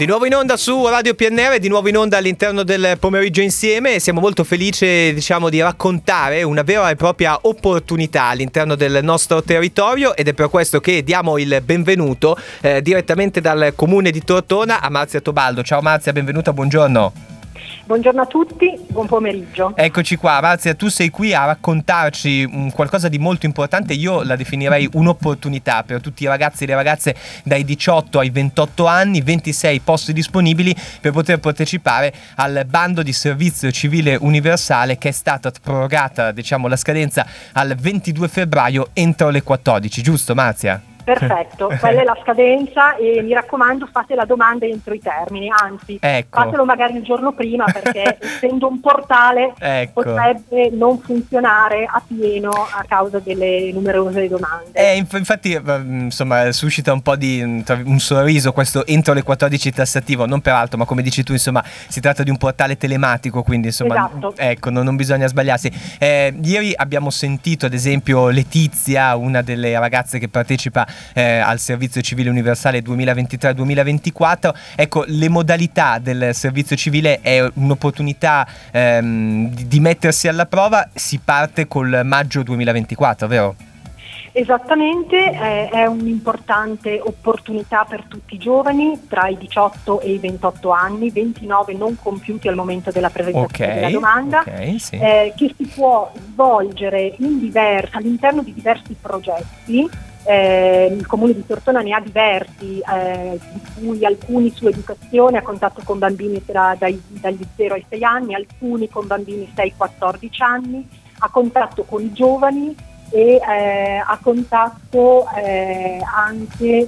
Di nuovo in onda su Radio PNR, di nuovo in onda all'interno del pomeriggio insieme. Siamo molto felici, di raccontare una vera e propria opportunità all'interno del nostro territorio, ed è per questo che diamo il benvenuto direttamente dal comune di Tortona a Marzia Tobaldo. Ciao Marzia, benvenuta, buongiorno. Buongiorno a tutti, buon pomeriggio. Eccoci qua, Marzia, tu sei qui a raccontarci qualcosa di molto importante. Io la definirei un'opportunità per tutti i ragazzi e le ragazze dai 18 ai 28 anni, 26 posti disponibili per poter partecipare al bando di servizio civile universale, che è stata prorogata, la scadenza al 22 febbraio entro le 14, giusto Marzia? Perfetto, quella è la scadenza e mi raccomando fate la domanda entro i termini, anzi fatelo magari il giorno prima, perché essendo un portale potrebbe non funzionare a pieno a causa delle numerose domande. Infatti suscita un po' di un sorriso questo entro le 14 tassativo, non per altro, ma come dici tu si tratta di un portale telematico, quindi esatto. Non bisogna sbagliarsi. Ieri abbiamo sentito ad esempio Letizia, una delle ragazze che partecipa al servizio civile universale 2023-2024. Ecco, le modalità del servizio civile è un'opportunità di mettersi alla prova. Si parte col maggio 2024, vero? Esattamente, è un'importante opportunità per tutti i giovani tra i 18 e i 28 anni, 29 non compiuti al momento della presentazione della domanda, che si può svolgere all'interno di diversi progetti. Il comune di Tortona ne ha diversi, di cui alcuni su educazione a contatto con bambini dagli 0 ai 6 anni, alcuni con bambini 6-14 anni, a contatto con i giovani e a contatto anche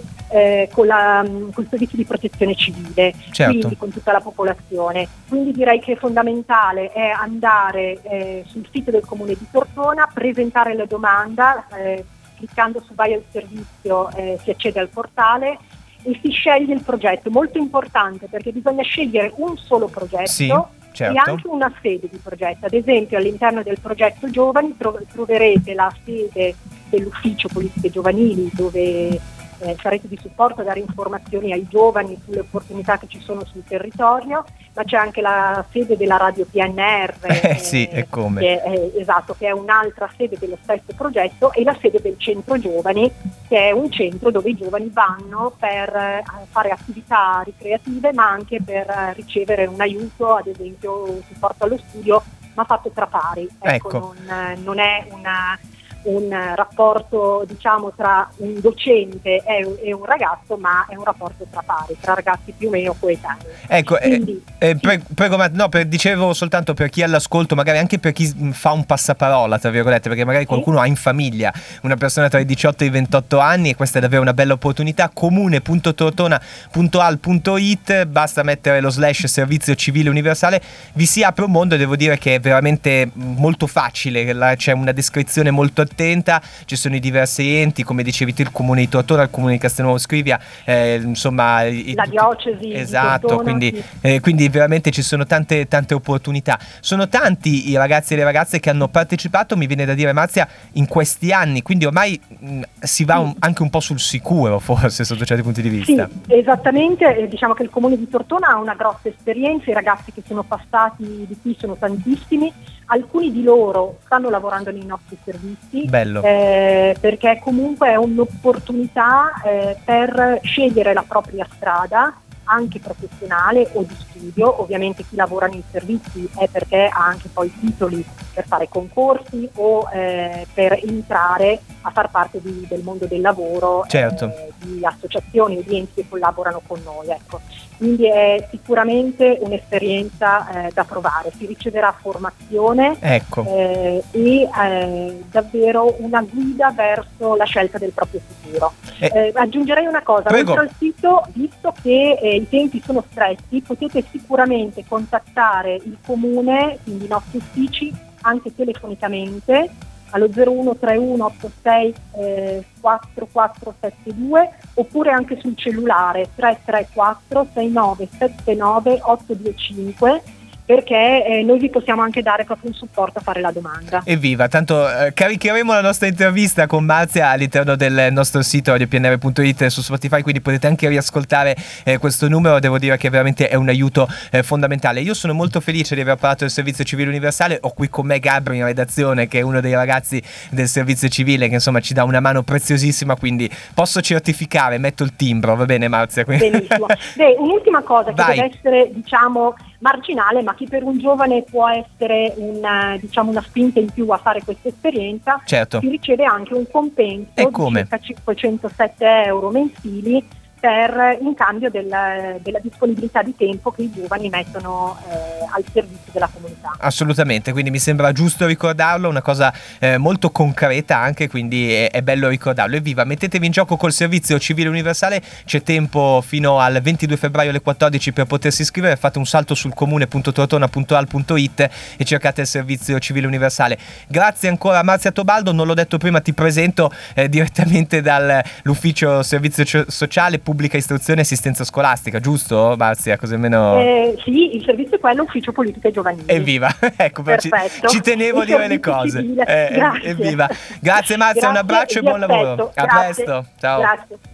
col servizio di protezione civile, quindi con tutta la popolazione. Quindi direi che è fondamentale è andare sul sito del comune di Tortona, presentare la domanda, cliccando su vai al servizio si accede al portale e si sceglie il progetto. Molto importante, perché bisogna scegliere un solo progetto e anche una sede di progetto. Ad esempio all'interno del progetto giovani troverete la sede dell'ufficio politiche giovanili, dove sarete di supporto a dare informazioni ai giovani sulle opportunità che ci sono sul territorio, ma c'è anche la sede della Radio PNR, che è un'altra sede dello stesso progetto, e la sede del centro giovani, che è un centro dove i giovani vanno per fare attività ricreative, ma anche per ricevere un aiuto, ad esempio un supporto allo studio, ma fatto tra pari. Non è un rapporto tra un docente e un ragazzo, ma è un rapporto tra pari, tra ragazzi più o meno coetanei. Dicevo soltanto per chi è all'ascolto, magari anche per chi fa un passaparola, tra virgolette, perché magari qualcuno ha in famiglia una persona tra i 18 e i 28 anni, e questa è davvero una bella opportunità. comune.tortona.al.it, basta mettere lo / servizio civile universale, vi si apre un mondo, e devo dire che è veramente molto facile, c'è una descrizione molto attenta, ci sono i diversi enti, come dicevi tu, il comune di Tortona, il comune di Castelnuovo Scrivia, la diocesi, esatto, Tortona, quindi veramente ci sono tante opportunità. Sono tanti i ragazzi e le ragazze che hanno partecipato, mi viene da dire Marzia, in questi anni, quindi ormai si va anche un po' sul sicuro, forse, sotto certi punti di vista. Sì, esattamente, diciamo che il comune di Tortona ha una grossa esperienza, i ragazzi che sono passati di qui sono tantissimi, alcuni di loro stanno lavorando nei nostri servizi. Bello. Perché comunque è un'opportunità per scegliere la propria strada, anche professionale o di studio. Ovviamente chi lavora nei servizi è perché ha anche poi titoli per fare concorsi o per entrare a far parte del mondo del lavoro, di associazioni o di enti che collaborano con noi. Quindi è sicuramente un'esperienza da provare, si riceverà formazione e davvero una guida verso la scelta del proprio futuro. Aggiungerei una cosa, oltre al sito, visto che i tempi sono stretti, potete sicuramente contattare il comune, quindi i nostri uffici, anche telefonicamente allo 013186 4472, oppure anche sul cellulare 334 6979 825, perché noi vi possiamo anche dare proprio un supporto a fare la domanda. Evviva, tanto caricheremo la nostra intervista con Marzia all'interno del nostro sito radiopnr.it su Spotify, quindi potete anche riascoltare questo numero. Devo dire che veramente è un aiuto fondamentale. Io sono molto felice di aver parlato del servizio civile universale. Ho qui con me Gabri in redazione, che è uno dei ragazzi del servizio civile, che insomma ci dà una mano preziosissima, quindi posso certificare, metto il timbro, va bene Marzia? Benissimo. Un'ultima cosa che deve essere, diciamo, marginale, ma che per un giovane può essere una spinta in più a fare questa esperienza. Certo. Si riceve anche un compenso di circa 507 euro mensili in cambio della disponibilità di tempo che i giovani mettono al servizio della comunità. Assolutamente, quindi mi sembra giusto ricordarlo, una cosa molto concreta anche, quindi è bello ricordarlo. Evviva, mettetevi in gioco col servizio civile universale, c'è tempo fino al 22 febbraio alle 14 per potersi iscrivere. Fate un salto sul comune.tortona.al.it e cercate il servizio civile universale. Grazie ancora a Marzia Tobaldo, non l'ho detto prima, ti presento direttamente dall'ufficio servizio sociale, pubblica istruzione e assistenza scolastica, giusto Marzia? Così almeno... sì, il servizio è quello, ufficio politiche giovanili. Evviva, ecco, ci tenevo a dire le cose. Evviva. Grazie Marzia, un abbraccio e buon lavoro. A presto, ciao. Grazie.